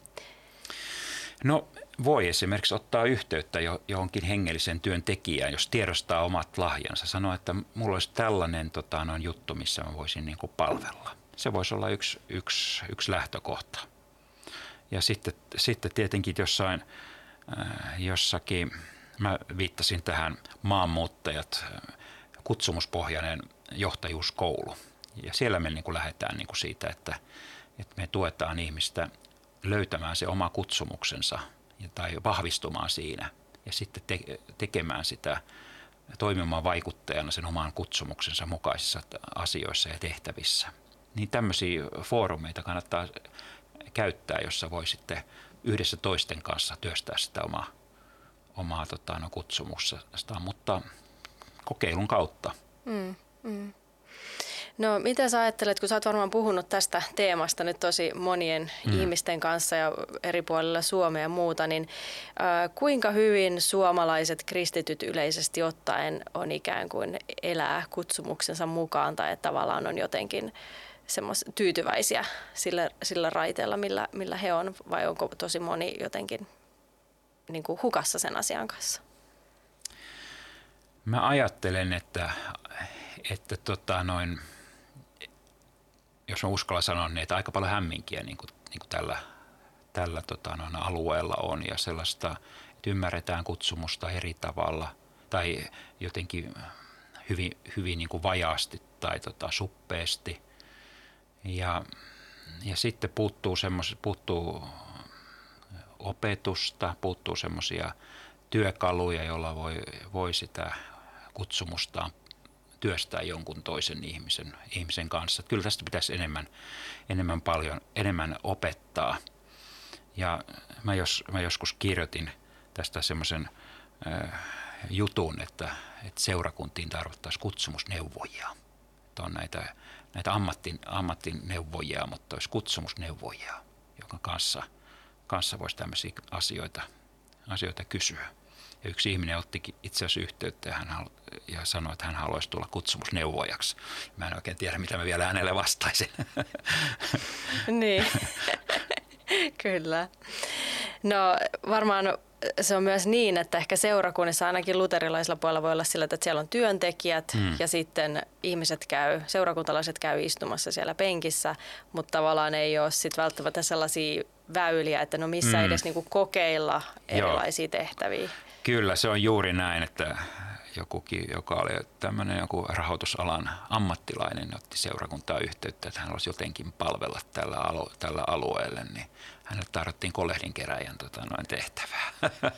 [SPEAKER 1] No voi esimerkiksi ottaa yhteyttä johonkin hengellisen työn tekijään, jos tiedostaa omat lahjansa. Sanoa, että mulla olisi tällainen tota, noin juttu, missä mä voisin niin kuin palvella. Se voisi olla yksi, yksi, yksi lähtökohta. Ja sitten, sitten tietenkin jossain, äh, jossakin, mä viittasin tähän maanmuuttajat, kutsumuspohjainen johtajuuskoulu. Ja siellä me niin kuin lähdetään niin kuin siitä, että, että me tuetaan ihmistä löytämään se oma kutsumuksensa tai vahvistumaan siinä ja sitten te- tekemään sitä, toimimaan vaikuttajana sen oman kutsumuksensa mukaisissa asioissa ja tehtävissä. Niin tämmöisiä foorumeita kannattaa käyttää, jossa voi sitten yhdessä toisten kanssa työstää sitä omaa, omaa tota, no, kutsumusta, mutta kokeilun kautta.
[SPEAKER 2] Mm, mm. No mitä sä ajattelet, kun sä oot varmaan puhunut tästä teemasta nyt tosi monien mm. ihmisten kanssa ja eri puolilla Suomea ja muuta, niin äh, kuinka hyvin suomalaiset kristityt yleisesti ottaen on ikään kuin elää kutsumuksensa mukaan tai että tavallaan on jotenkin semmos tyytyväisiä sillä, sillä raiteella, millä, millä he on, vai onko tosi moni jotenkin niin kuin hukassa sen asian kanssa?
[SPEAKER 1] Mä ajattelen, että, että tota noin, jos mä uskallan sanoa, niin että aika paljon hämminkiä niin kuin, niin kuin tällä, tällä tota noin, alueella on ja sellaista, että ymmärretään kutsumusta eri tavalla tai jotenkin hyvin, hyvin niin kuin vajaasti tai tota, suppeasti. Ja, ja sitten puuttuu, puuttuu opetusta, puuttuu semmoisia työkaluja, joilla voi, voi sitä kutsumustaan työstää jonkun toisen ihmisen, ihmisen kanssa. Kyllä tästä pitäisi enemmän, enemmän paljon, enemmän opettaa. Ja mä, jos, mä joskus kirjoitin tästä semmoisen äh, jutun, että, että seurakuntiin tarvittaisiin kutsumusneuvojia. Että on näitä, näitä ammattin, ammattineuvojia, mutta olisi kutsumusneuvojia, jonka kanssa, kanssa voisi tämmöisiä asioita, asioita kysyä. Ja yksi ihminen otti itse asiassa yhteyttä ja, hän, ja sanoi, että hän haluaisi tulla kutsumusneuvojaksi. Mä en oikein tiedä, mitä mä vielä hänelle vastaisin.
[SPEAKER 2] Niin, kyllä. No varmaan se on myös niin, että ehkä seurakunnissa ainakin luterilaisella puolella voi olla sillä, että siellä on työntekijät mm. ja sitten ihmiset käy, seurakuntalaiset käy istumassa siellä penkissä, mutta tavallaan ei ole sitten välttämättä sellaisia väyliä, että no missä mm. edes niinku kokeilla erilaisia Joo. tehtäviä.
[SPEAKER 1] Kyllä, se on juuri näin, että jokukin, joka oli tämmöinen joku rahoitusalan ammattilainen, otti seurakuntaa yhteyttä, että hän olisi jotenkin palvella tällä, alu, tällä alueelle, niin hänelle tarvittiin kolehdinkeräjän tota, noin tehtävää.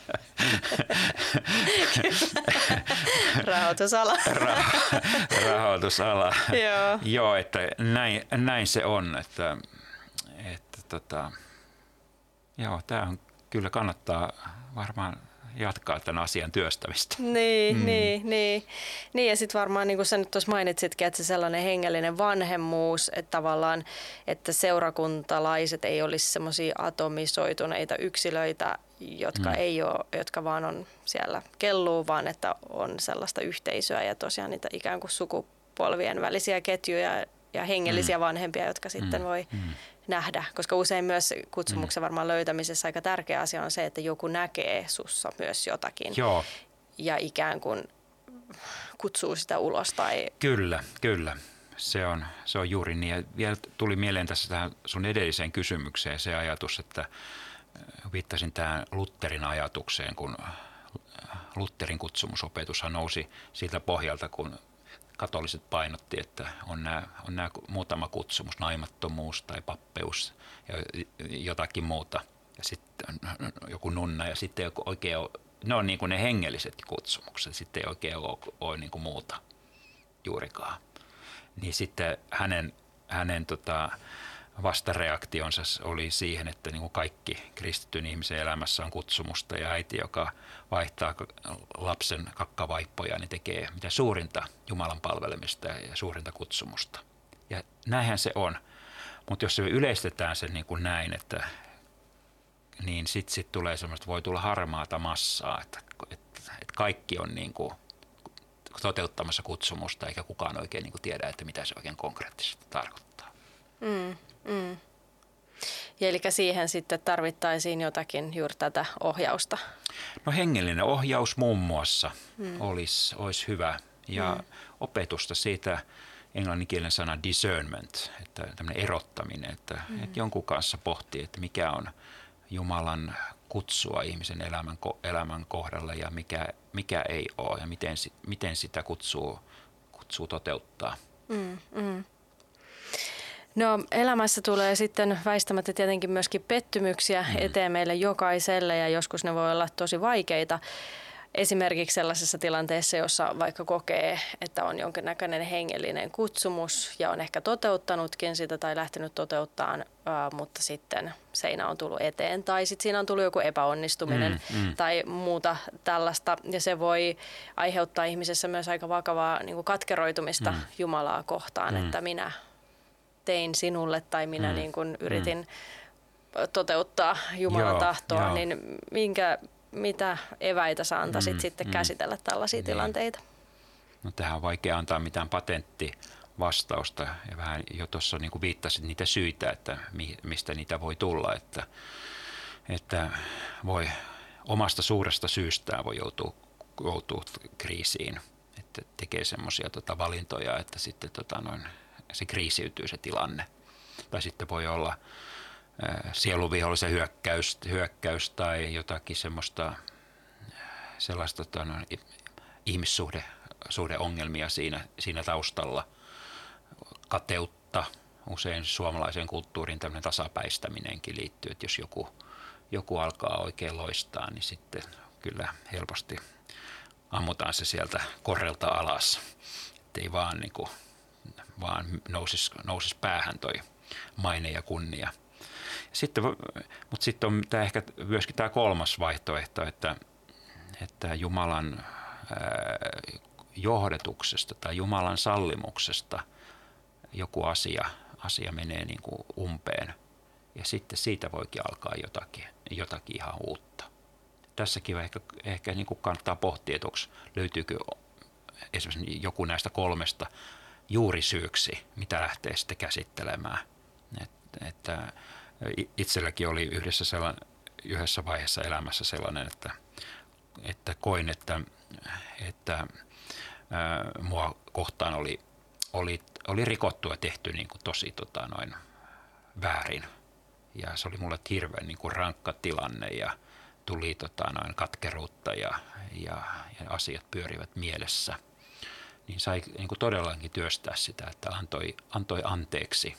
[SPEAKER 2] Rahoitusala.
[SPEAKER 1] Ra- rahoitusala.
[SPEAKER 2] Joo.
[SPEAKER 1] Joo, että näin, näin se on, että, että tota, joo, tämä on kyllä kannattaa varmaan jatkaa tämän asian työstämistä.
[SPEAKER 2] Niin, mm. niin, niin. niin ja sitten varmaan niin kuin sä nyt tuossa mainitsitkin, että se sellainen hengellinen vanhemmuus, että tavallaan, että seurakuntalaiset ei olisi semmoisia atomisoituneita yksilöitä, jotka mm. ei ole, jotka vaan on siellä kelluu, vaan että on sellaista yhteisöä ja tosiaan niitä ikään kuin sukupolvien välisiä ketjuja ja hengellisiä mm. vanhempia, jotka sitten mm. voi mm. nähdä, koska usein myös kutsumuksen varmaan löytämisessä aika tärkeä asia on se, että joku näkee sussa myös jotakin
[SPEAKER 1] Joo.
[SPEAKER 2] ja ikään kuin kutsuu sitä ulos. Tai...
[SPEAKER 1] Kyllä, kyllä. Se on, se on juuri niin. Ja vielä tuli mieleen tässä tähän sun edelliseen kysymykseen se ajatus, että viittasin tähän Lutherin ajatukseen, kun Lutherin kutsumusopetushan nousi siltä pohjalta, kun katoliset painotti, että on nämä, on nämä muutama kutsumus, naimattomuus tai pappeus ja jotakin muuta. Ja sitten joku nunna ja sitten joku oikein, ne on niin kuin ne hengelliset kutsumukset, sitten ei oikein ole, ole niin kuin muuta juurikaan. Niin sitten hänen, hänen tota, vastareaktionsa oli siihen, että niin kuin kaikki kristityn ihmisen elämässä on kutsumusta ja äiti, joka vaihtaa lapsen kakkavaippoja, niin tekee mitä suurinta Jumalan palvelemista ja suurinta kutsumusta. Ja näinhän se on. Mutta jos se yleistetään sen niin kuin näin, että niin sitten sit tulee semmoista, voi tulla harmaata massaa, että, että, että kaikki on niin kuin toteuttamassa kutsumusta, eikä kukaan oikein niin kuin tiedä, että mitä se oikein konkreettisesti tarkoittaa.
[SPEAKER 2] Mm, mm. Ja eli siihen sitten tarvittaisiin jotakin juuri tätä ohjausta.
[SPEAKER 1] No hengellinen ohjaus muun muassa mm. olisi, olisi hyvä. Ja mm. opetusta siitä englanninkielen sana discernment, että tämmöinen erottaminen, että, mm. että jonkun kanssa pohtii, että mikä on Jumalan kutsua ihmisen elämän, elämän kohdalla ja mikä, mikä ei ole ja miten, miten sitä kutsuu, kutsuu toteuttaa.
[SPEAKER 2] Mm, mm. No elämässä tulee sitten väistämättä tietenkin myöskin pettymyksiä mm. eteen meille jokaiselle ja joskus ne voi olla tosi vaikeita. Esimerkiksi sellaisessa tilanteessa, jossa vaikka kokee, että on jonkinnäköinen hengellinen kutsumus ja on ehkä toteuttanut,kin sitä tai lähtenyt toteuttamaan, mutta sitten seinä on tullut eteen tai sitten siinä on tullut joku epäonnistuminen mm, mm. tai muuta tällaista. Ja se voi aiheuttaa ihmisessä myös aika vakavaa niin kuin katkeroitumista mm. Jumalaa kohtaan, mm. että minä tein sinulle tai minä mm. niin kuin yritin mm. toteuttaa Jumalan joo, tahtoa, joo. niin minkä... Mitä eväitä sä antaisit mm, sitten mm, käsitellä tällaisia niin. tilanteita?
[SPEAKER 1] No tähän on vaikea antaa mitään patenttivastausta ja vähän jo tuossa niin kuin viittasit niitä syitä, että mistä niitä voi tulla, että, että voi omasta suuresta syystään voi joutua, joutua kriisiin, että tekee semmoisia tota, valintoja, että sitten tota, noin, se kriisiytyy se tilanne. Tai sitten voi olla sieluvihollisen hyökkäys, hyökkäys tai jotakin semmoista sellaista tota, no, ihmissuhdeongelmia siinä, siinä taustalla, kateutta, usein suomalaiseen kulttuuriin tämmöinen tasapäistäminenkin liittyy, että jos joku, joku alkaa oikein loistaa, niin sitten kyllä helposti ammutaan se sieltä korrelta alas, ettei vaan, niin kuin, vaan nousisi, nousisi päähän toi maine ja kunnia. Sitten, mutta sitten on tämä ehkä myöskin tämä kolmas vaihtoehto, että, että Jumalan ää, johdetuksesta tai Jumalan sallimuksesta joku asia, asia menee niin kuin umpeen ja sitten siitä voikin alkaa jotakin, jotakin ihan uutta. Tässäkin ehkä, ehkä niin kuin kannattaa pohtia, että onko, löytyykö esimerkiksi joku näistä kolmesta juurisyyksi, mitä lähtee sitten käsittelemään. Että, että itselläkin oli yhdessä, sellainen, yhdessä vaiheessa elämässä sellainen, että, että koin, että, että ää, mua kohtaan oli, oli, oli rikottu ja tehty niin kuin tosi tota, noin, väärin. Ja se oli mulle hirveän niin kuin rankka tilanne ja tuli tota, noin, katkeruutta ja, ja, ja asiat pyörivät mielessä. Niin sai niin kuin todellakin työstää sitä, että antoi, antoi anteeksi.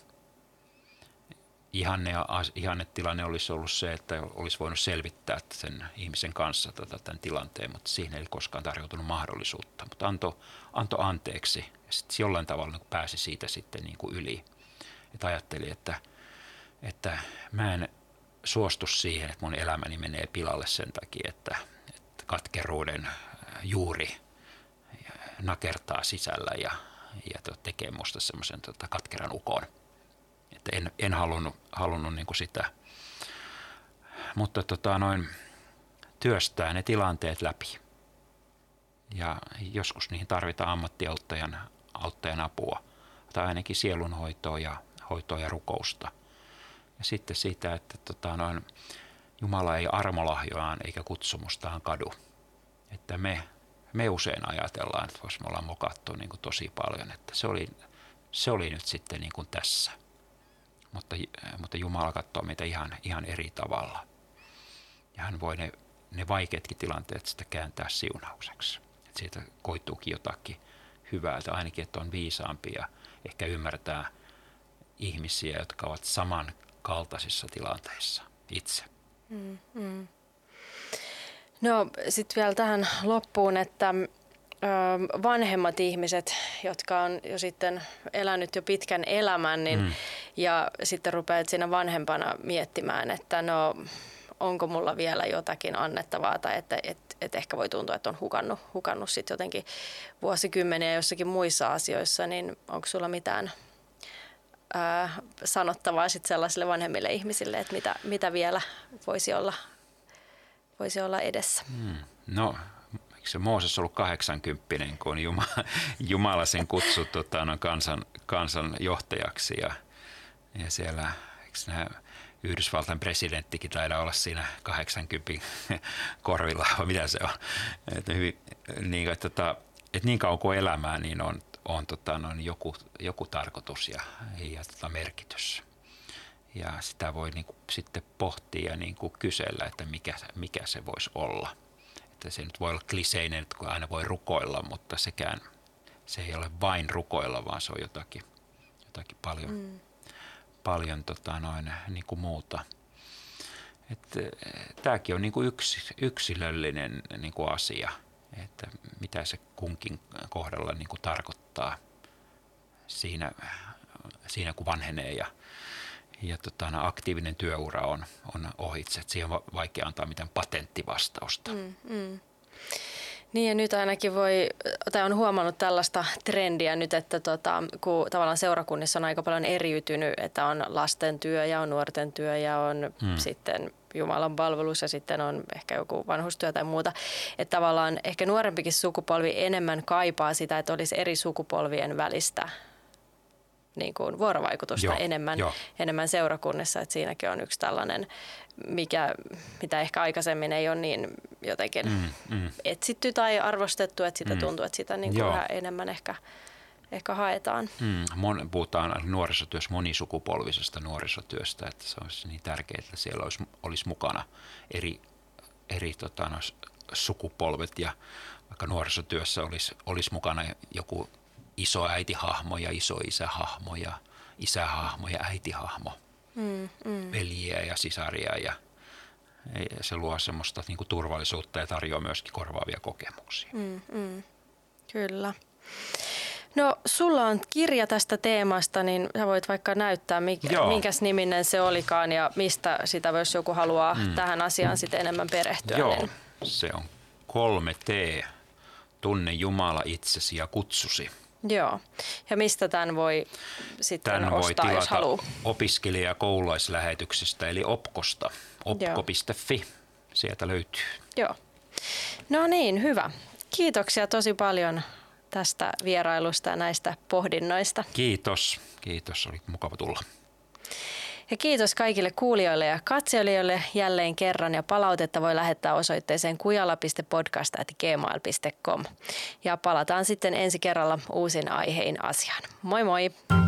[SPEAKER 1] Ihanne, ihanne tilanne olisi ollut se, että olisi voinut selvittää sen ihmisen kanssa tätä, tämän tilanteen, mutta siihen ei koskaan tarjoutunut mahdollisuutta. Mutta antoi anto anteeksi ja sitten jollain tavalla niin pääsi siitä sitten niin kuin yli. Että ajatteli, että, että mä en suostu siihen, että mun elämäni menee pilalle sen takia, että, että katkeruuden juuri nakertaa sisällä ja, ja tekee musta semmoisen tota, katkeran ukon. Että en, en halunnut, halunnut niin kuin sitä, mutta tota, noin, työstää ne tilanteet läpi. Ja joskus niihin tarvitaan ammattiauttajan auttajan apua tai ainakin sielunhoitoa ja, hoitoa ja rukousta. Ja sitten siitä, että tota, noin, Jumala ei armolahjoaan eikä kutsumustaan kadu. Että me, me usein ajatellaan, että vois me ollaan mokattu niin kuin tosi paljon. Että se oli se oli nyt sitten niin kuin tässä. Mutta, mutta Jumala katsoo meitä ihan, ihan eri tavalla. Ja hän voi ne, ne vaikeatkin tilanteet sitä kääntää siunaukseksi. Että siitä koituukin jotakin hyvää, että ainakin että on viisaampi ja ehkä ymmärtää ihmisiä, jotka ovat samankaltaisissa tilanteissa itse.
[SPEAKER 2] Mm, mm. No sitten vielä tähän loppuun, että vanhemmat ihmiset, jotka on jo sitten elänyt jo pitkän elämän, niin, mm. ja sitten rupeat siinä vanhempana miettimään, että no onko mulla vielä jotakin annettavaa tai että et, et ehkä voi tuntua, että on hukannut, hukannut sitten jotenkin vuosikymmeniä jossakin muissa asioissa, niin onko sulla mitään ää, sanottavaa sitten sellaisille vanhemmille ihmisille, että mitä, mitä vielä voisi olla, voisi olla edessä?
[SPEAKER 1] Mm. No... Eikö se Mooses ollut kahdeksankymppinen, kun Jumala, Jumala sen kutsui tota, no, kansan, kansan johtajaksi ja, ja siellä eikö nämä Yhdysvaltain presidenttikin taida olla siinä kahdeksankymmenen korvilla, vai mitä se on. Että, hyvin, niin, että, että, että niin kauan kuin elämää, niin on, on tota, no, joku, joku tarkoitus ja, ja tota, merkitys. Ja sitä voi niin kuin, sitten pohtia ja niin kuin, kysellä, että mikä, mikä se voisi olla. Se nyt voi olla kliseinen, että aina voi rukoilla, mutta sekään, se ei ole vain rukoilla, vaan se on jotakin, jotakin paljon, mm. paljon tota noin, niin kuin muuta. Että, tämäkin on niin kuin yks, yksilöllinen niin kuin asia, että mitä se kunkin kohdalla niin kuin tarkoittaa siinä, siinä, kun vanhenee ja, ja tota, no, aktiivinen työura on, on ohitse. Että siihen on vaikea antaa mitään patenttivastausta. Mm, mm.
[SPEAKER 2] Niin ja nyt ainakin voi, tai on huomannut tällaista trendiä nyt, että tota, kun tavallaan seurakunnissa on aika paljon eriytynyt, että on lasten työ ja on nuorten työ ja on mm. sitten Jumalan palvelus ja sitten on ehkä joku vanhustyö tai muuta. Että tavallaan ehkä nuorempikin sukupolvi enemmän kaipaa sitä, että olisi eri sukupolvien välistä niin kuin vuorovaikutusta joo, enemmän, jo. enemmän seurakunnissa. Että siinäkin on yksi tällainen, mikä, mitä ehkä aikaisemmin ei ole niin jotenkin mm, mm. etsitty tai arvostettu, että sitä mm. tuntuu, että sitä niin kuin vähän enemmän ehkä, ehkä haetaan.
[SPEAKER 1] Mm, mon, puhutaan nuorisotyössä monisukupolvisesta nuorisotyöstä, että se olisi niin tärkeää, että siellä olisi, olisi mukana eri, eri tota, no, sukupolvet ja vaikka nuorisotyössä olisi, olisi mukana joku iso äitihahmo ja iso isähahmo ja isähahmo ja äitihahmo, mm, mm. veljiä ja sisaria ja se luo semmoista niin kuin turvallisuutta ja tarjoaa myöskin korvaavia kokemuksia.
[SPEAKER 2] Mm, mm. Kyllä. No sulla on kirja tästä teemasta, niin sä voit vaikka näyttää, mikä, minkäs niminen se olikaan ja mistä sitä, jos joku haluaa mm. tähän asiaan sitten enemmän perehtyä.
[SPEAKER 1] Joo,
[SPEAKER 2] niin.
[SPEAKER 1] Se on kolme T, tunne Jumala itsesi ja kutsusi.
[SPEAKER 2] Joo, ja mistä tämän voi sitten
[SPEAKER 1] tämän
[SPEAKER 2] ostaa,
[SPEAKER 1] voi
[SPEAKER 2] jos haluaa?
[SPEAKER 1] Opiskelija- ja koululaislähetyksestä, eli Opkosta, opko piste fi, sieltä löytyy.
[SPEAKER 2] Joo, no niin, hyvä. Kiitoksia tosi paljon tästä vierailusta ja näistä pohdinnoista.
[SPEAKER 1] Kiitos, kiitos, oli mukava tulla.
[SPEAKER 2] Ja kiitos kaikille kuulijoille ja katselijoille jälleen kerran ja palautetta voi lähettää osoitteeseen kujala piste podcast ät gmail piste com. Ja palataan sitten ensi kerralla uusin aihein asiaan. Moi moi!